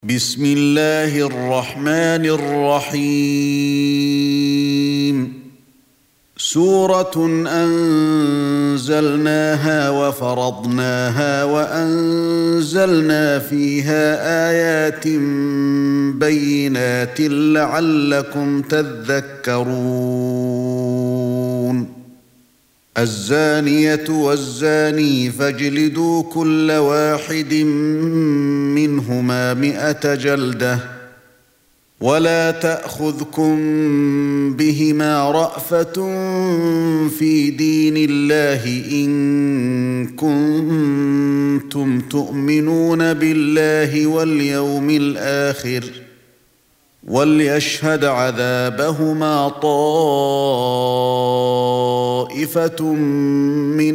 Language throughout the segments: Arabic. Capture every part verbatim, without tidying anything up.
بسم الله الرحمن الرحيم سورة أنزلناها وفرضناها وأنزلنا فيها آيات بينات لعلكم تذكرون الزانية والزاني فاجلدوا كل واحد منهما مئة جلدة ولا تأخذكم بهما رأفة في دين الله إن كنتم تؤمنون بالله واليوم الآخر وليشهد عذابهما طائفة من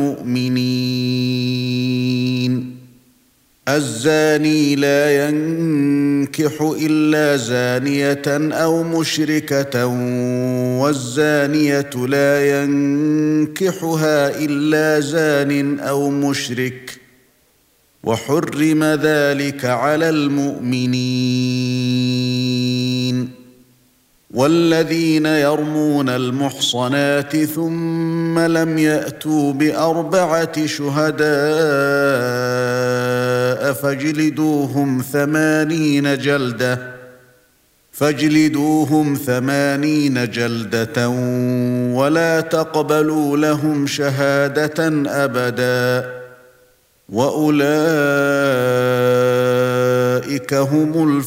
المؤمنين الزاني لا ينكح إلا زانية أو مشركة والزانية لا ينكحها إلا زان أو مشرك وحرم ذلك على المؤمنين والذين يرمون المحصنات ثم لم يأتوا بأربعة شهداء فاجلدوهم ثمانين جلدة فاجلدوهم ثمانين جلدة ولا تقبلوا لهم شهادة أبدا وأولئك هم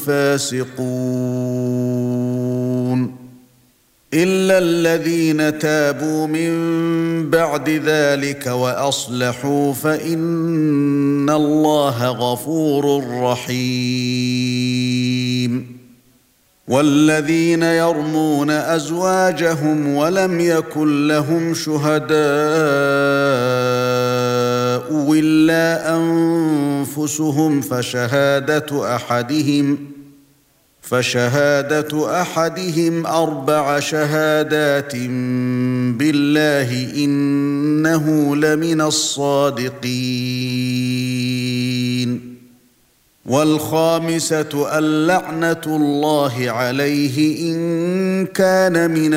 الفاسقون إلا الذين تابوا من بعد ذلك وأصلحوا فإن الله غفور رحيم والذين يرمون أزواجهم ولم يكن لهم شهداء إلا أنفسهم فشهادة أحدهم فشهادة أحدهم أربع شهادات بالله إنه لمن الصادقين والخامسة اللعنة الله عليه إن كان من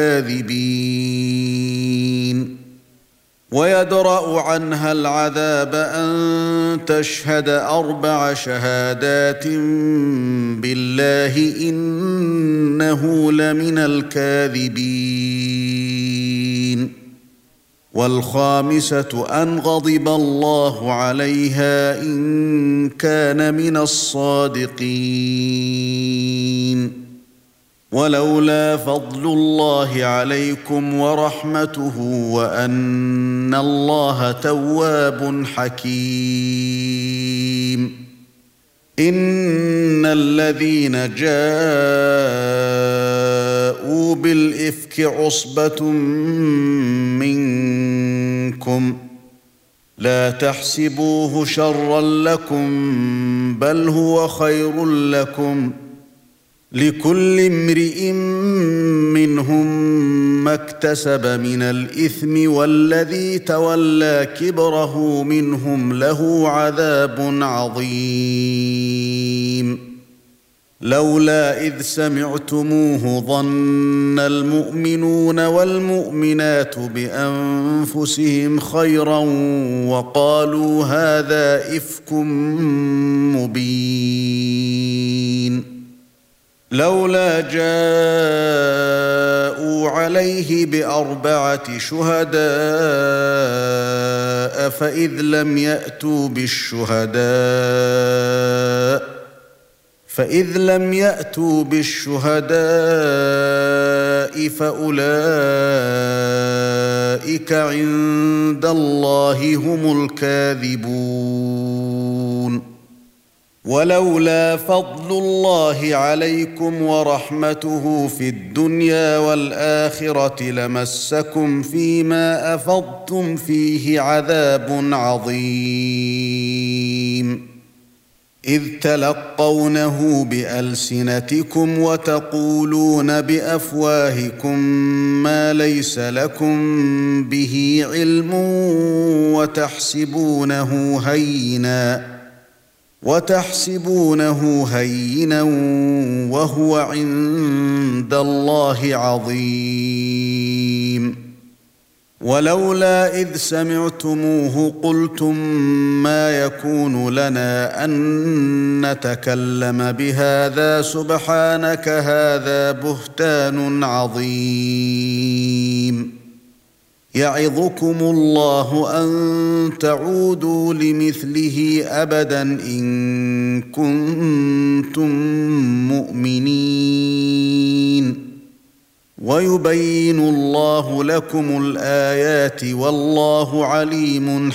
الكاذبين ويدرأ عنها العذاب أن تشهد أربع شهادات بالله إنه لمن الكاذبين والخامسة أن غضب الله عليها إن كان من الصادقين ولولا فضل الله عليكم ورحمته وأن الله تواب حكيم إن الذين جاءوا بالإفك عصبة منكم لا تحسبوه شرا لكم بل هو خير لكم لكل امرئ منهم ما اكتسب من الإثم والذي تولى كبره منهم له عذاب عظيم لولا إذ سمعتموه ظن المؤمنون والمؤمنات بأنفسهم خيرا وقالوا هذا إفك مبين لولا جاءوا عليه بأربعة شهداء فإذ لم يأتوا بالشهداء فإذ لم يأتوا بالشهداء فأولئك عند الله هم الكاذبون ولولا فضل الله عليكم ورحمته في الدنيا والآخرة لمسكم فيما أفضتم فيه عذاب عظيم إذ تلقونه بألسنتكم وتقولون بأفواهكم ما ليس لكم به علم وتحسبونه هيناً وتحسبونه هينا وهو عند الله عظيم ولولا إذ سمعتموه قلتم ما يكون لنا أن نتكلم بهذا سبحانك هذا بهتان عظيم يعظكم الله أن تعودوا لمثله أبدا إن كنتم مؤمنين ويبين الله لكم الآيات والله عليم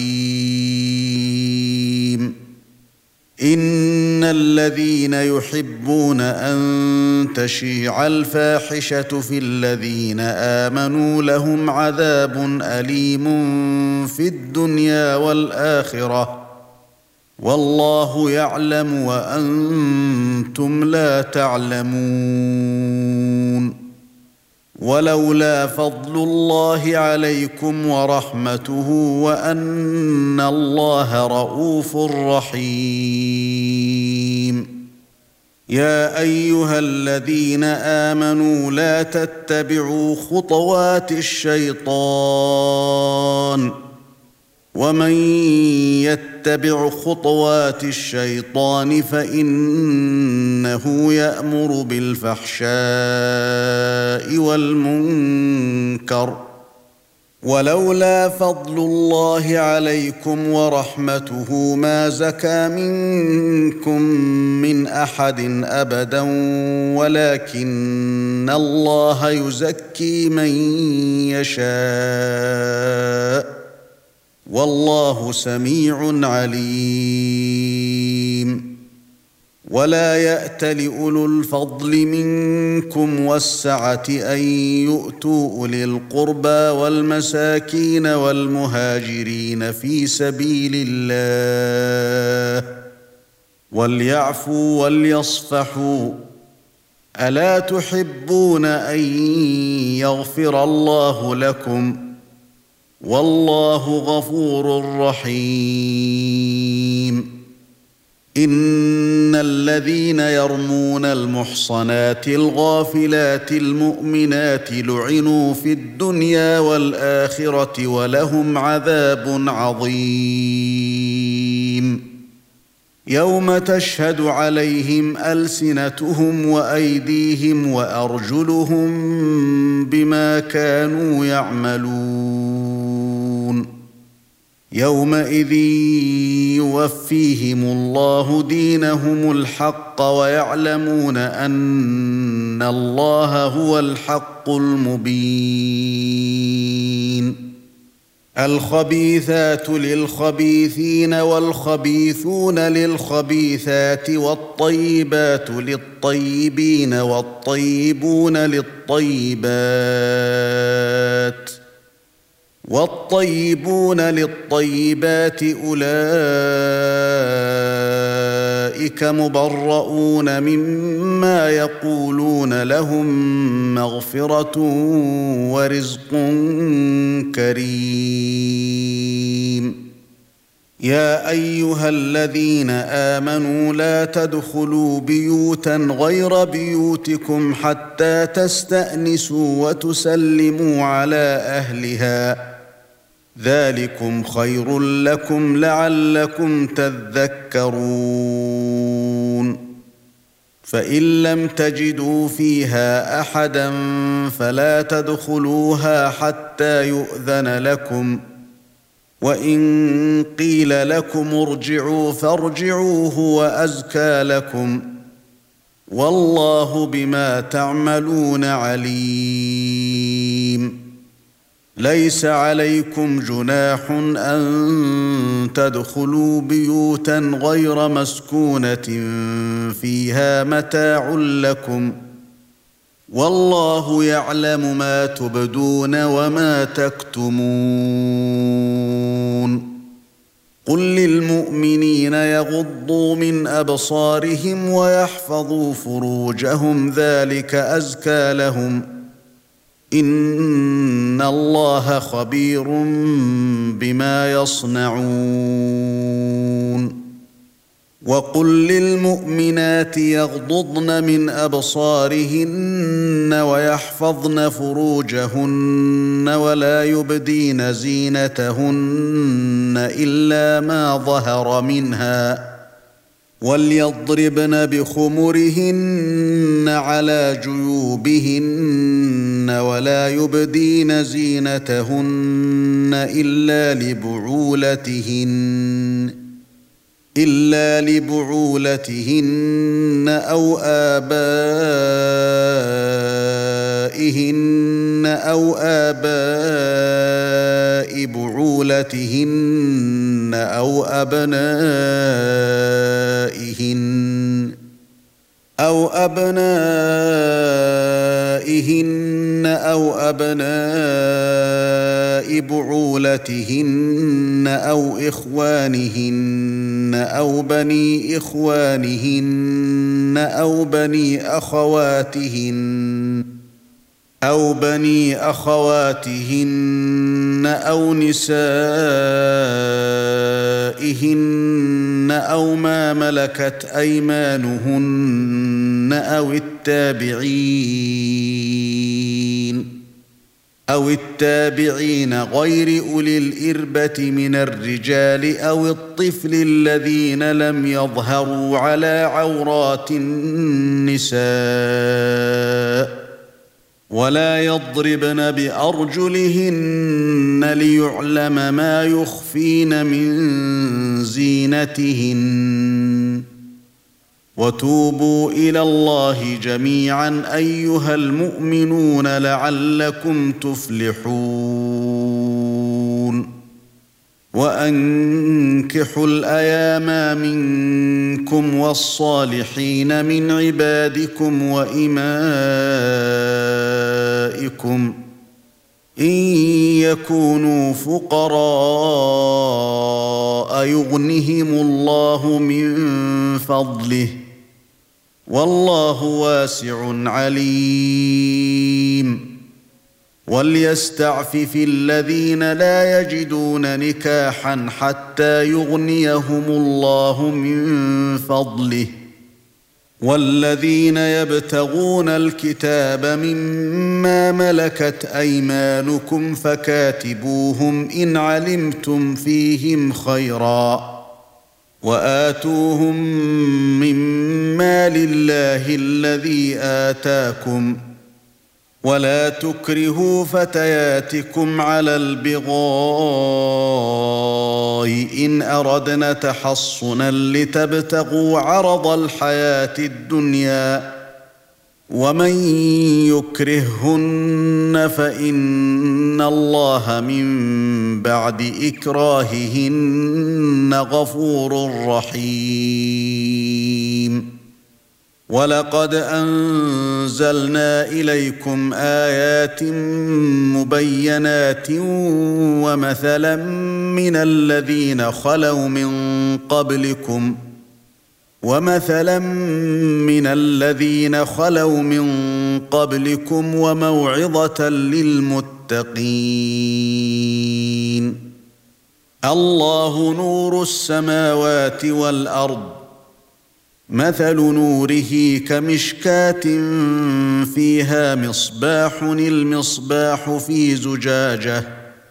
حكيم إن الذين يحبون أن تشيع الفاحشة في الذين آمنوا لهم عذاب أليم في الدنيا والآخرة والله يعلم وأنتم لا تعلمون ولولا فضل الله عليكم ورحمته وأن الله رءوف رحيم يا أيها الذين آمنوا لا تتبعوا خطوات الشيطان ومن يتبع خطوات الشيطان فإنه يأمر بالفحشاء والمنكر ولولا فضل الله عليكم ورحمته ما زكى منكم من أحد أبدا ولكن الله يزكي من يشاء والله سميع عليم ولا يأتل أولو الفضل منكم والسعة أن يؤتوا أولي القربى والمساكين والمهاجرين في سبيل الله وليعفوا وليصفحوا ألا تحبون أن يغفر الله لكم والله غفور رحيم إن الذين يرمون المحصنات الغافلات المؤمنات لعنوا في الدنيا والآخرة ولهم عذاب عظيم يوم تشهد عليهم ألسنتهم وأيديهم وأرجلهم بما كانوا يعملون يومئذ يوفيهم الله دينهم الحق ويعلمون أن الله هو الحق المبين الخبيثات للخبيثين والخبيثون للخبيثات والطيبات للطيبين والطيبون للطيبات والطيبون للطيبات أولئك مبرؤون مما يقولون لهم مغفرة ورزق كريم يا أيها الذين آمنوا لا تدخلوا بيوتا غير بيوتكم حتى تستأنسوا وتسلموا على أهلها ذلكم خير لكم لعلكم تذكرون فإن لم تجدوا فيها أحدا فلا تدخلوها حتى يؤذن لكم وإن قيل لكم ارجعوا فارجعوا هو أزكى لكم والله بما تعملون عليم ليس عليكم جناح أن تدخلوا بيوتا غير مسكونة فيها متاع لكم والله يعلم ما تبدون وما تكتمون قل للمؤمنين يغضوا من أبصارهم ويحفظوا فروجهم ذلك أزكى لهم إن الله خبير بما يصنعون وقل للمؤمنات يغضضن من أبصارهن ويحفظن فروجهن ولا يبدين زينتهن إلا ما ظهر منها وليضربن بخمرهن على جيوبهن ولا يبدين زينتهن إلا لبعولتهن إلا لبعولتهن أو آبائهن أو آباء بعولتهن أو أبنائهن أو أبنائهن أو أبناء بعولتهن أو إخوانهن أو بني إخوانهن أو بني أخواتهن أو بني أخواتهن أو نسائهن أو ما ملكت أيمانهن أو التابعين أو التابعين غير أولي الإربة من الرجال أو الطفل الذين لم يظهروا على عورات النساء ولا يضربن بأرجلهن ليعلم ما يخفين من زينتهن وتوبوا إلى الله جميعا أيها المؤمنون لعلكم تفلحون وأنكحوا الأيام منكم والصالحين من عبادكم وإمائكم إن يكونوا فقراء يغنهم الله من فضله والله واسع عليم وليستعفف الذين لا يجدون نكاحا حتى يغنيهم الله من فضله والذين يبتغون الكتاب مما ملكت أيمانكم فكاتبوهم إن علمتم فيهم خيرا وآتوهم مما لله الذي آتاكم ولا تكرهوا فتياتكم على البغاء إن أردنا تحصنا لتبتغوا عرض الحياة الدنيا ومن يكرههن فإن الله من بعد إكراههن غفور رحيم ولقد أنزلنا إليكم آيات مبينات ومثلا من الذين خلوا من قبلكم ومثلا من الذين خلوا من قبلكم وموعظة للمتقين الله نور السماوات والأرض مثل نوره كمشكاة فيها مصباح المصباح في زجاجة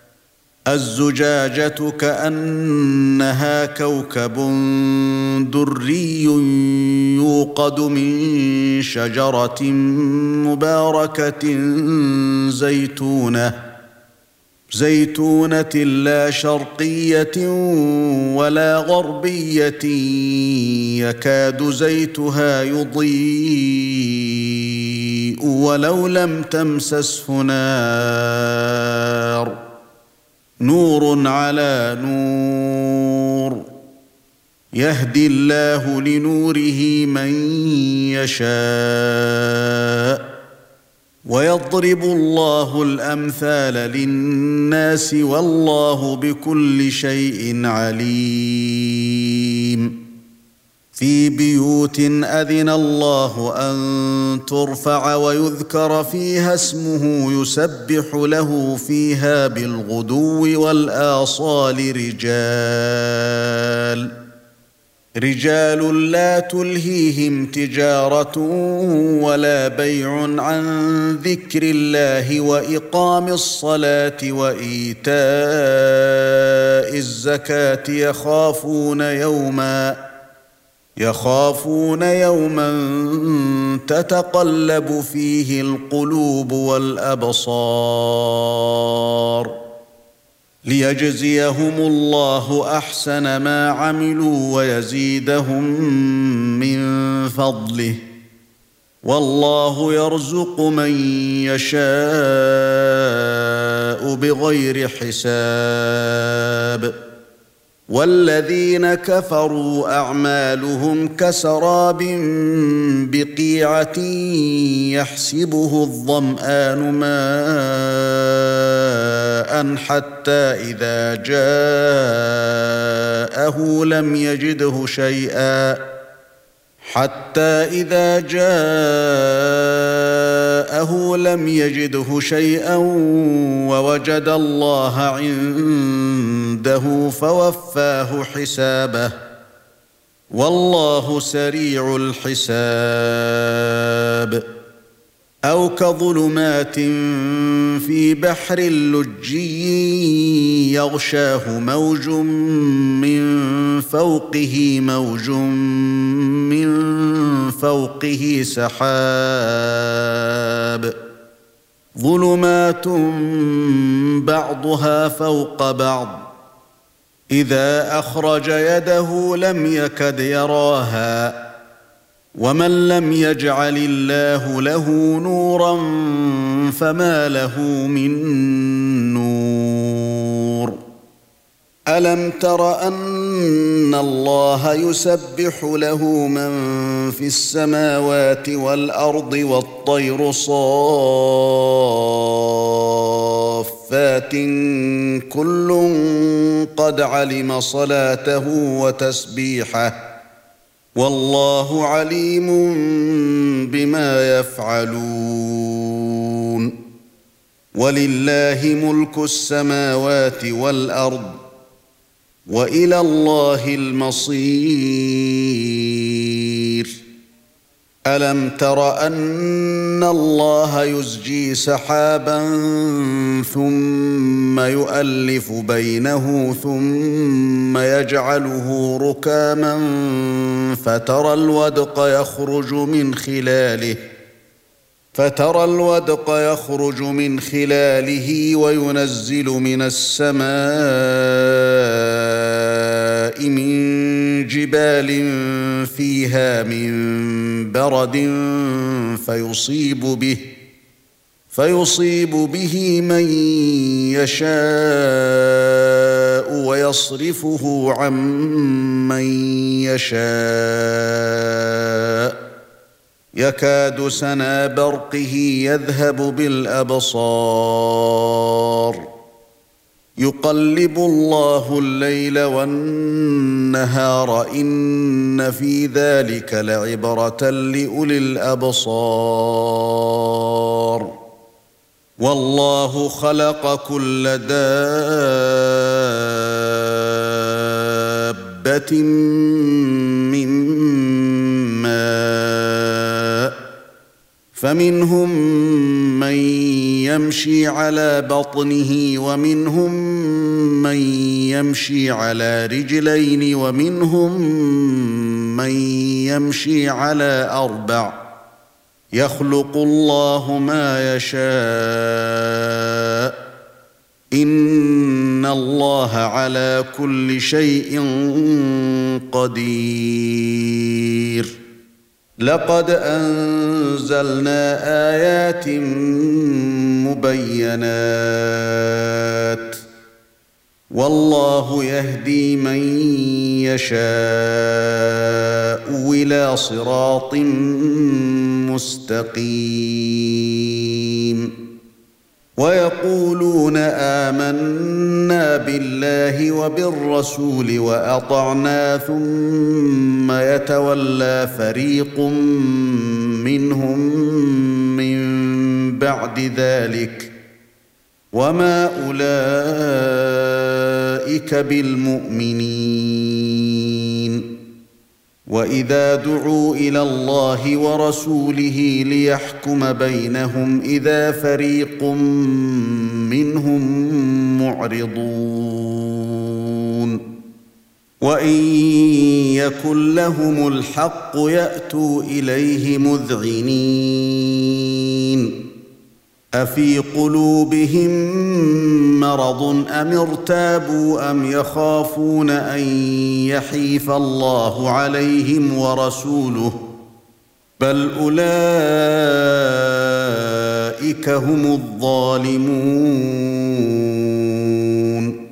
الزجاجة كأنها كوكب دري يوقد من شجرة مباركة زيتونة زيتونة لا شرقية ولا غربية يكاد زيتها يضيء ولو لم تمسسه نار نور على نور يهدي الله لنوره من يشاء ويضرب الله الأمثال للناس والله بكل شيء عليم في بيوت أذن الله أن ترفع ويذكر فيها اسمه يسبح له فيها بالغدو والآصال رجال رجال لا تلهيهم تجارة ولا بيع عن ذكر الله وإقام الصلاة وإيتاء الزكاة يخافون يوما يخافون يوما تتقلب فيه القلوب والأبصار ليجزيهم الله أحسن ما عملوا ويزيدهم من فضله والله يرزق من يشاء بغير حساب والذين كفروا أعمالهم كسراب بقيعة يحسبه الظمآن ماء حتى إذا جاءه لم يجده شيئا حتى إذا جاءه لم يجده شيئا ووجد الله عنده فوفاه حسابه والله سريع الحساب أو كظلمات في بحر لجي يغشاه موج من فوقه موج من فوقه سحاب ظلمات بعضها فوق بعض إذا أخرج يده لم يكد يراها ومن لم يجعل الله له نورا فما له من نور ألم تر أن الله يسبح له من في السماوات والأرض والطير صافات كل قد علم صلاته وتسبيحه والله عليم بما يفعلون ولله ملك السماوات والأرض وإلى الله المصير ألم تر أن الله يزجي سحابا ثم يؤلف بينه ثم يجعله ركاما فترى الودق يخرج من خلاله فترى الودق يخرج من خلاله وينزل من السماء من جبال فيها من برد فيصيب به فيصيب به من يشاء ويصرفه عن من يشاء يكاد سنا برقه يذهب بالأبصار يقلب الله الليل والنهار إن في ذلك لعبرة لأولي الأبصار والله خلق كل دابة من ماء فمنهم من يمشي على بطنه ومنهم من يمشي على رجلين ومنهم من يمشي على أربع يخلق الله ما يشاء إن الله على كل شيء قدير لقد أنزلنا آيات مبينات والله يهدي من يشاء إلى صراط مستقيم ويقولون آمنا بالله وبالرسول وأطعنا ثم يتولى فريق منهم من بعد ذلك وما أولئك بالمؤمنين واذا دعوا الى الله ورسوله ليحكم بينهم اذا فريق منهم معرضون وان يكن لهم الحق ياتوا اليه مذعنين افي قلوبهم مرض ام ارتابوا ام يخافون ان يحيف الله عليهم ورسوله بل اولئك هم الظالمون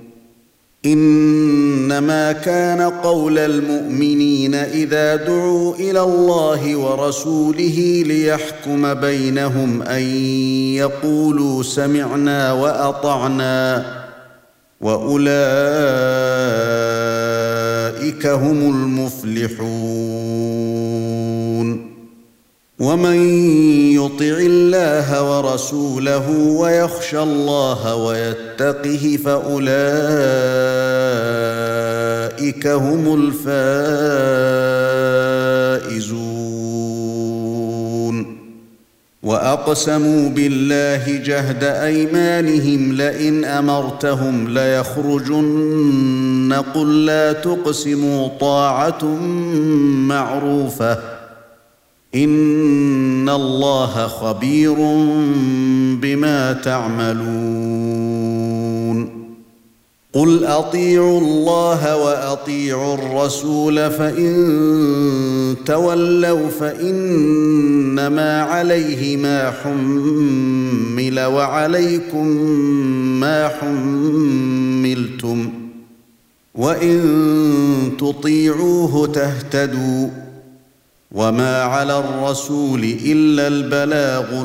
انما كان قول المؤمنين اذا دعوا الى الله ورسوله ليحكم بينهم ان يقولوا سمعنا واطعنا واولئك هم المفلحون ومن يطع الله ورسوله ويخشى الله ويتقه فاولئك هم الفائزون واقسموا بالله جهد ايمانهم لئن امرتهم ليخرجن قل لا تقسموا طاعه معروفه ان الله خبير بما تعملون قل اطيعوا الله واطيعوا الرسول فان تولوا فانما عليه ما حمل وعليكم ما حملتم وان تطيعوه تهتدوا وما على الرسول الا البلاغ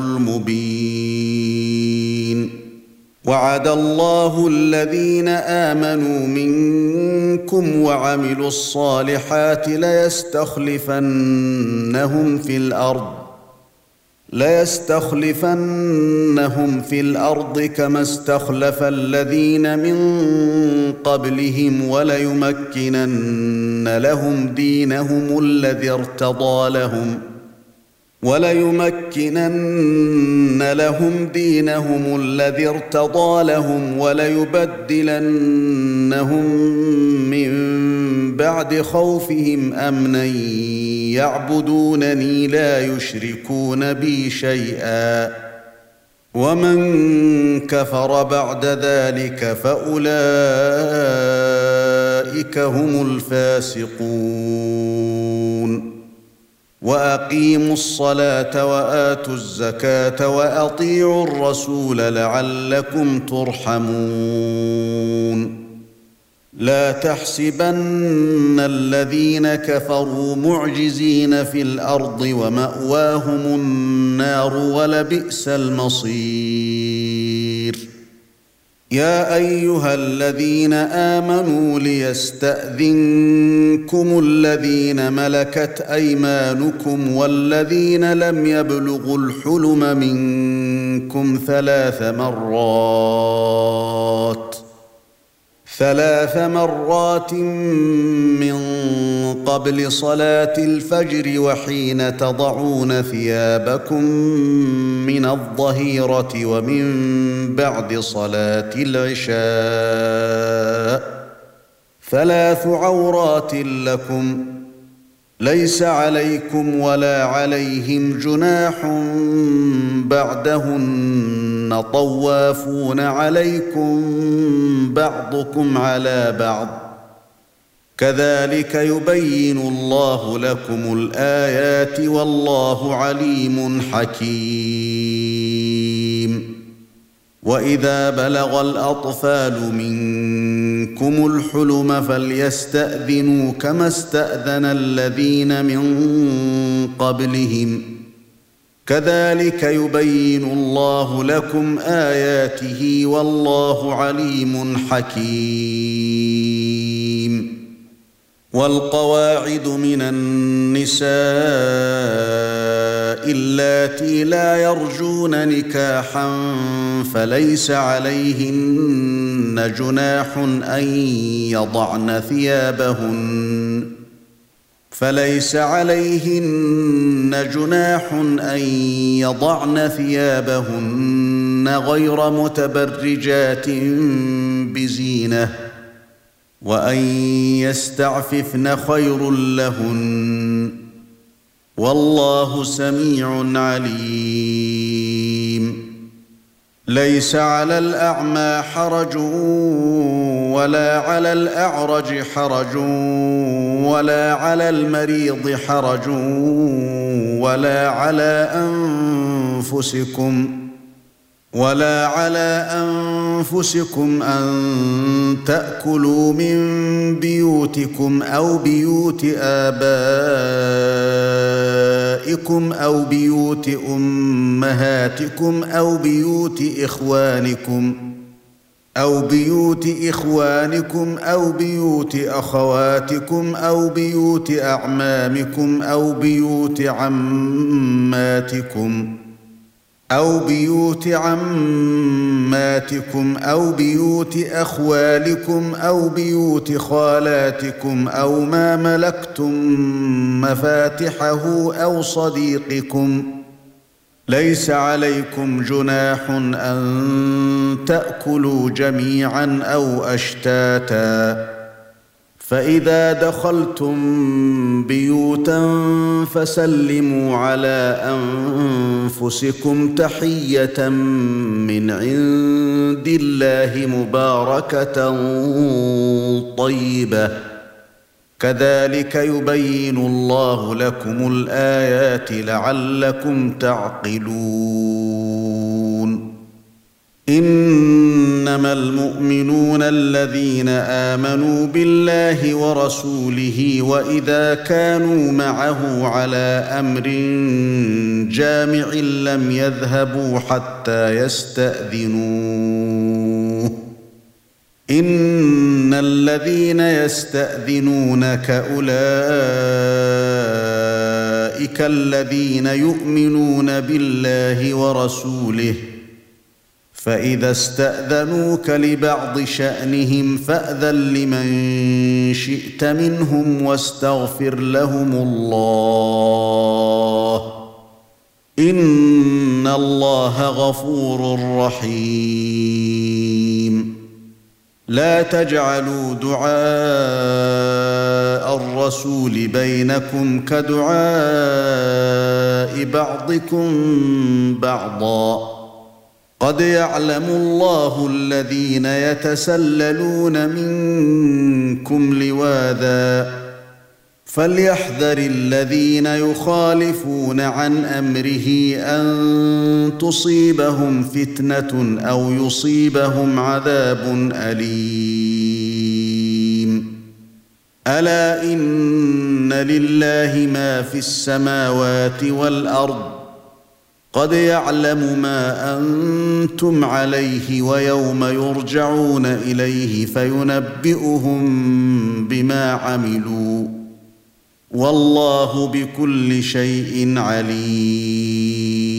المبين وعد الله الذين امنوا منكم وعملوا الصالحات ليستخلفنهم في الارض ليستخلفنهم في الارض كما استخلف الذين من قبلهم وليمكنن لهم دينهم الذي ارتضى لهم وليمكنن لهم دينهم الذي ارتضى لهم وليبدلنهم من بعد خوفهم امنا يعبدونني لا يشركون بي شيئا ومن كفر بعد ذلك فاولئك هم الفاسقون واقيموا الصلاه واتوا الزكاه واطيعوا الرسول لعلكم ترحمون لا تحسبن الذين كفروا معجزين في الارض وماواهم النار ولبئس المصير يا ايها الذين امنوا ليستاذنكم الذين ملكت ايمانكم والذين لم يبلغوا الحلم منكم ثلاث مرات ثلاث مرات من قبل صلاة الفجر وحين تضعون ثيابكم من الظهيرة ومن بعد صلاة العشاء ثلاث عورات لكم ليس عليكم ولا عليهم جناح بعدهن طوافون عليكم بعضكم على بعض كذلك يبين الله لكم الآيات والله عليم حكيم وإذا بلغ الأطفال منكم الحلم فليستأذنوا كما استأذن الذين من قبلهم كذلك يبين الله لكم آياته والله عليم حكيم والقواعد من النساء اللاتي لا يرجون نكاحا فليس عليهن جناح أن يضعن ثيابهن فليس عليهن جناح ان يضعن ثيابهن غير متبرجات بزينه وان يستعففن خير لهن والله سميع عليم. ليس على الاعمى حرج ولا على الاعرج حرج ولا على المريض حرج ولا على انفسكم ولا على أنفسكم أن تأكلوا من بيوتكم أو بيوت آبائكم أو بيوت أمهاتكم أو بيوت إخوانكم أو بيوت إخوانكم أو بيوت أخواتكم أو بيوت أعمامكم أو بيوت عماتكم أو بيوت عماتكم أو بيوت أخوالكم أو بيوت خالاتكم أو ما ملكتم مفاتحه أو صديقكم. ليس عليكم جناح أن تأكلوا جميعا أو أشتاتا فإذا دخلتم بيوتا فسلموا على أنفسكم تحية من عند الله مباركة طيبة كذلك يبين الله لكم الآيات لعلكم تعقلون. إنما المؤمنون الذين آمنوا بالله ورسوله وإذا كانوا معه على أمر جامع لم يذهبوا حتى يستأذنوه. إن الذين يستأذنونك أولئك الذين يؤمنون بالله ورسوله فإذا استأذنوك لبعض شأنهم فأذن لمن شئت منهم واستغفر لهم الله إن الله غفور رحيم. لا تجعلوا دعاء الرسول بينكم كدعاء بعضكم بعضا قد يعلم الله الذين يتسللون منكم لواذا فليحذر الذين يخالفون عن أمره أن تصيبهم فتنة أو يصيبهم عذاب أليم. ألا إن لله ما في السماوات والأرض قد يعلم ما أنتم عليه ويوم يرجعون إليه فينبئهم بما عملوا والله بكل شيء عليم.